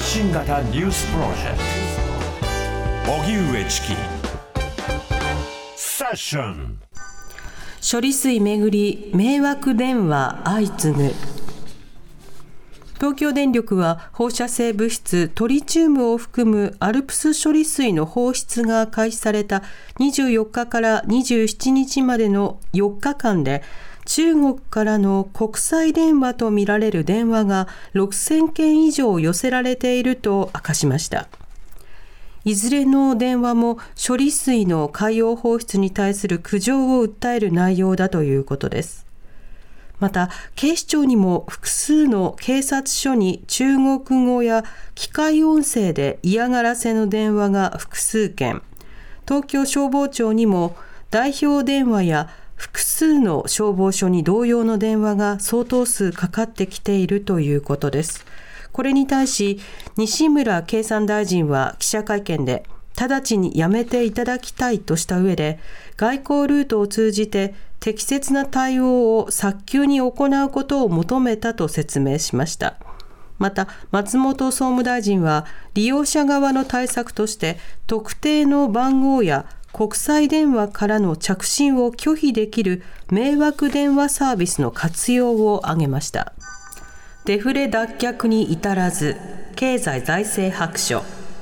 信型ニュースプロジェクト荻上チキセッション。 処理水めぐり迷惑電話相次ぐ。東京電力は放射性物質トリチウムを含むアルプス処理水の放出が開始された24日から27日までの4日間で、中国からの国際電話とみられる電話が6000件以上寄せられていると明かしました。いずれの電話も処理水の海洋放出に対する苦情を訴える内容だということです。また、警視庁にも複数の警察署に中国語や機械音声で嫌がらせの電話が複数件、東京消防庁にも代表電話や複数の消防署に同様の電話が相当数かかってきているということです。これに対し西村経産大臣は記者会見で、直ちにやめていただきたいとした上で、外交ルートを通じて適切な対応を早急に行うことを求めたと説明しました。また松本総務大臣は、利用者側の対策として特定の番号や国際電話からの着信を拒否できる迷惑電話サービスの活用を挙げました。デフレ脱却に至らず経済財政白書。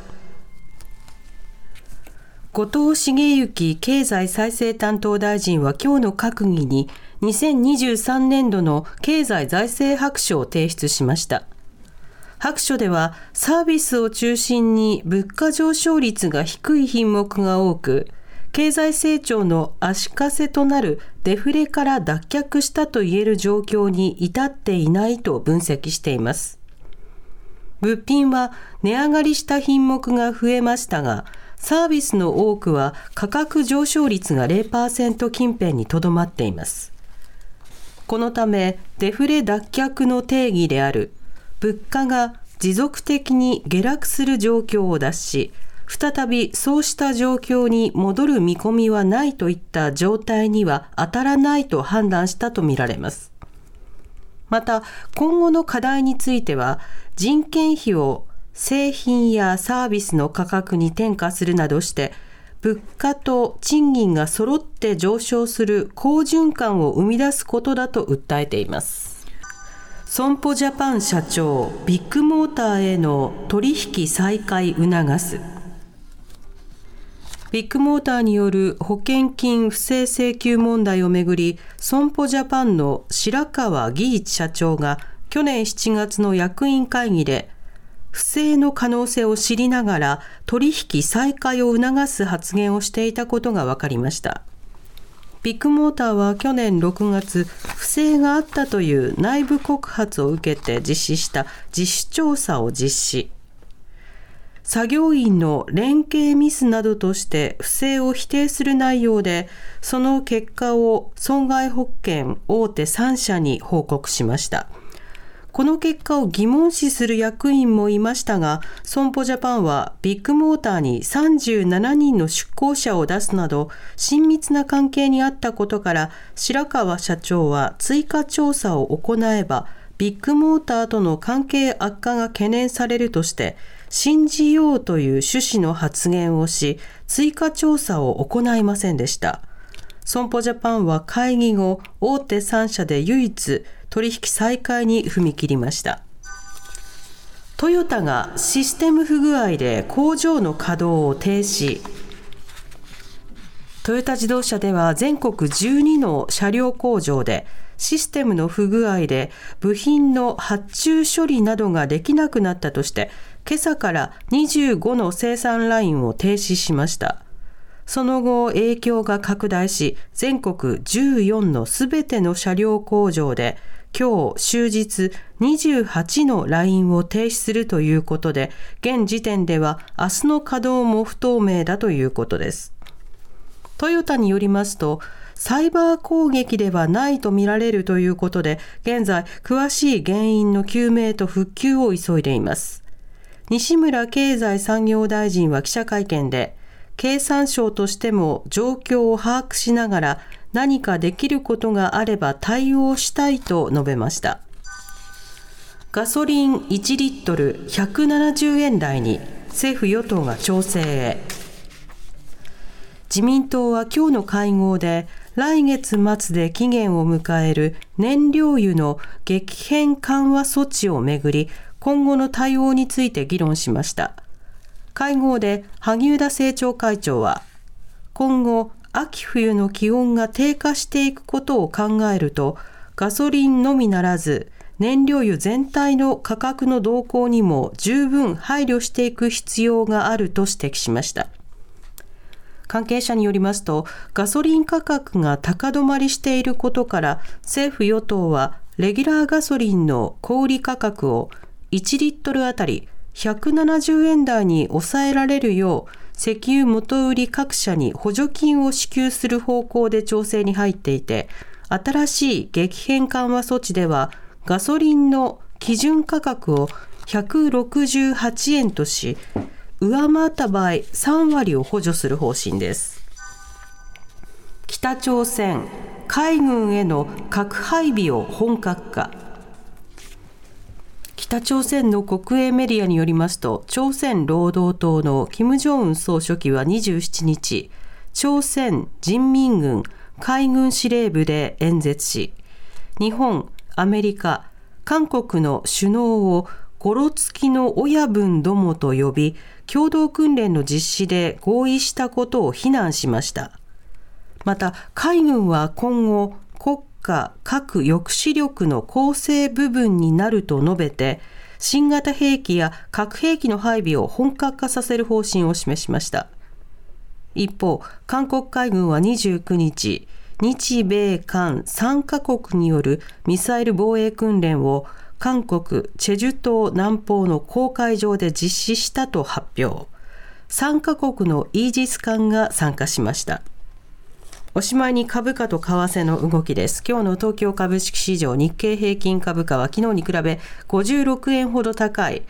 後藤茂之経済再生担当大臣は今日の閣議に2023年度の経済財政白書を提出しました。白書ではサービスを中心に物価上昇率が低い品目が多く、経済成長の足かせとなるデフレから脱却したといえる状況に至っていないと分析しています。物品は値上がりした品目が増えましたが、サービスの多くは価格上昇率が 0% 近辺にとどまっています。このためデフレ脱却の定義である物価が持続的に下落する状況を脱し、再びそうした状況に戻る見込みはないといった状態には当たらないと判断したとみられます。また今後の課題については、人件費を製品やサービスの価格に転嫁するなどして物価と賃金が揃って上昇する好循環を生み出すことだと訴えています。損保ジャパン社長、ビッグモーターへの取引再開促す。ビッグモーターによる保険金不正請求問題をめぐり、損保ジャパンの白川儀一社長が去年7月の役員会議で、不正の可能性を知りながら取引再開を促す発言をしていたことが分かりました。ビッグモーターは去年6月、不正があったという内部告発を受けて実施した自主調査を実施。作業員の連携ミスなどとして不正を否定する内容で、その結果を損害保険大手3社に報告しました。この結果を疑問視する役員もいましたが、損保ジャパンはビッグモーターに37人の出向者を出すなど親密な関係にあったことから、白川社長は追加調査を行えばビッグモーターとの関係悪化が懸念されるとして信じようという趣旨の発言をし、追加調査を行いませんでした。損保ジャパンは会議後、大手3社で唯一取引再開に踏み切りました。トヨタがシステム不具合で工場の稼働を停止。トヨタ自動車では全国12の車両工場でシステムの不具合で部品の発注処理などができなくなったとして、今朝から25の生産ラインを停止しました。その後影響が拡大し、全国14のすべての車両工場で今日終日28のラインを停止するということで、現時点では明日の稼働も不透明だということです。トヨタによりますと、サイバー攻撃ではないとみられるということで、現在詳しい原因の究明と復旧を急いでいます。西村経済産業大臣は記者会見で、経産省としても状況を把握しながら何かできることがあれば対応したいと述べました。 ガソリン1リットル170円台に政府与党が調整へ。自民党は今日の会合で来月末で期限を迎える燃料油の激変緩和措置をめぐり今後の対応について議論しました。会合で萩生田政調会長は今後秋冬の気温が低下していくことを考えるとガソリンのみならず燃料油全体の価格の動向にも十分配慮していく必要があると指摘しました。関係者によりますと、ガソリン価格が高止まりしていることから政府与党はレギュラーガソリンの小売価格を1リットルあたり170円台に抑えられるよう石油元売り各社に補助金を支給する方向で調整に入っていて、新しい激変緩和措置ではガソリンの基準価格を168円とし、上回った場合3割を補助する方針です。北朝鮮、海軍への核配備を本格化。北朝鮮の国営メディアによりますと、朝鮮労働党の金正恩総書記は27日、朝鮮人民軍海軍司令部で演説し、日本、アメリカ、韓国の首脳をゴロつきの親分どもと呼び、共同訓練の実施で合意したことを非難しました。また、海軍は今後、国家核抑止力の構成部分になると述べて、新型兵器や核兵器の配備を本格化させる方針を示しました。一方、韓国海軍は29日、日米韓3カ国によるミサイル防衛訓練を韓国チェジュ島南方の公海上で実施したと発表。3カ国のイージス艦が参加しました。おしまいに株価と為替の動きです。今日の東京株式市場日経平均株価は昨日に比べ56円ほど高い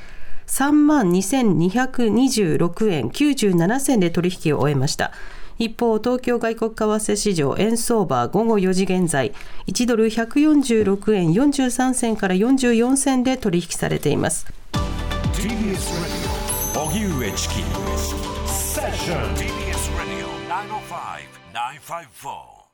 32,226 円97銭で取引を終えました。一方、東京外国為替市場円相場午後4時現在1ドル146円43銭から44銭で取引されています。 TBS Radio 荻上チキセッション TBS Radio 905-954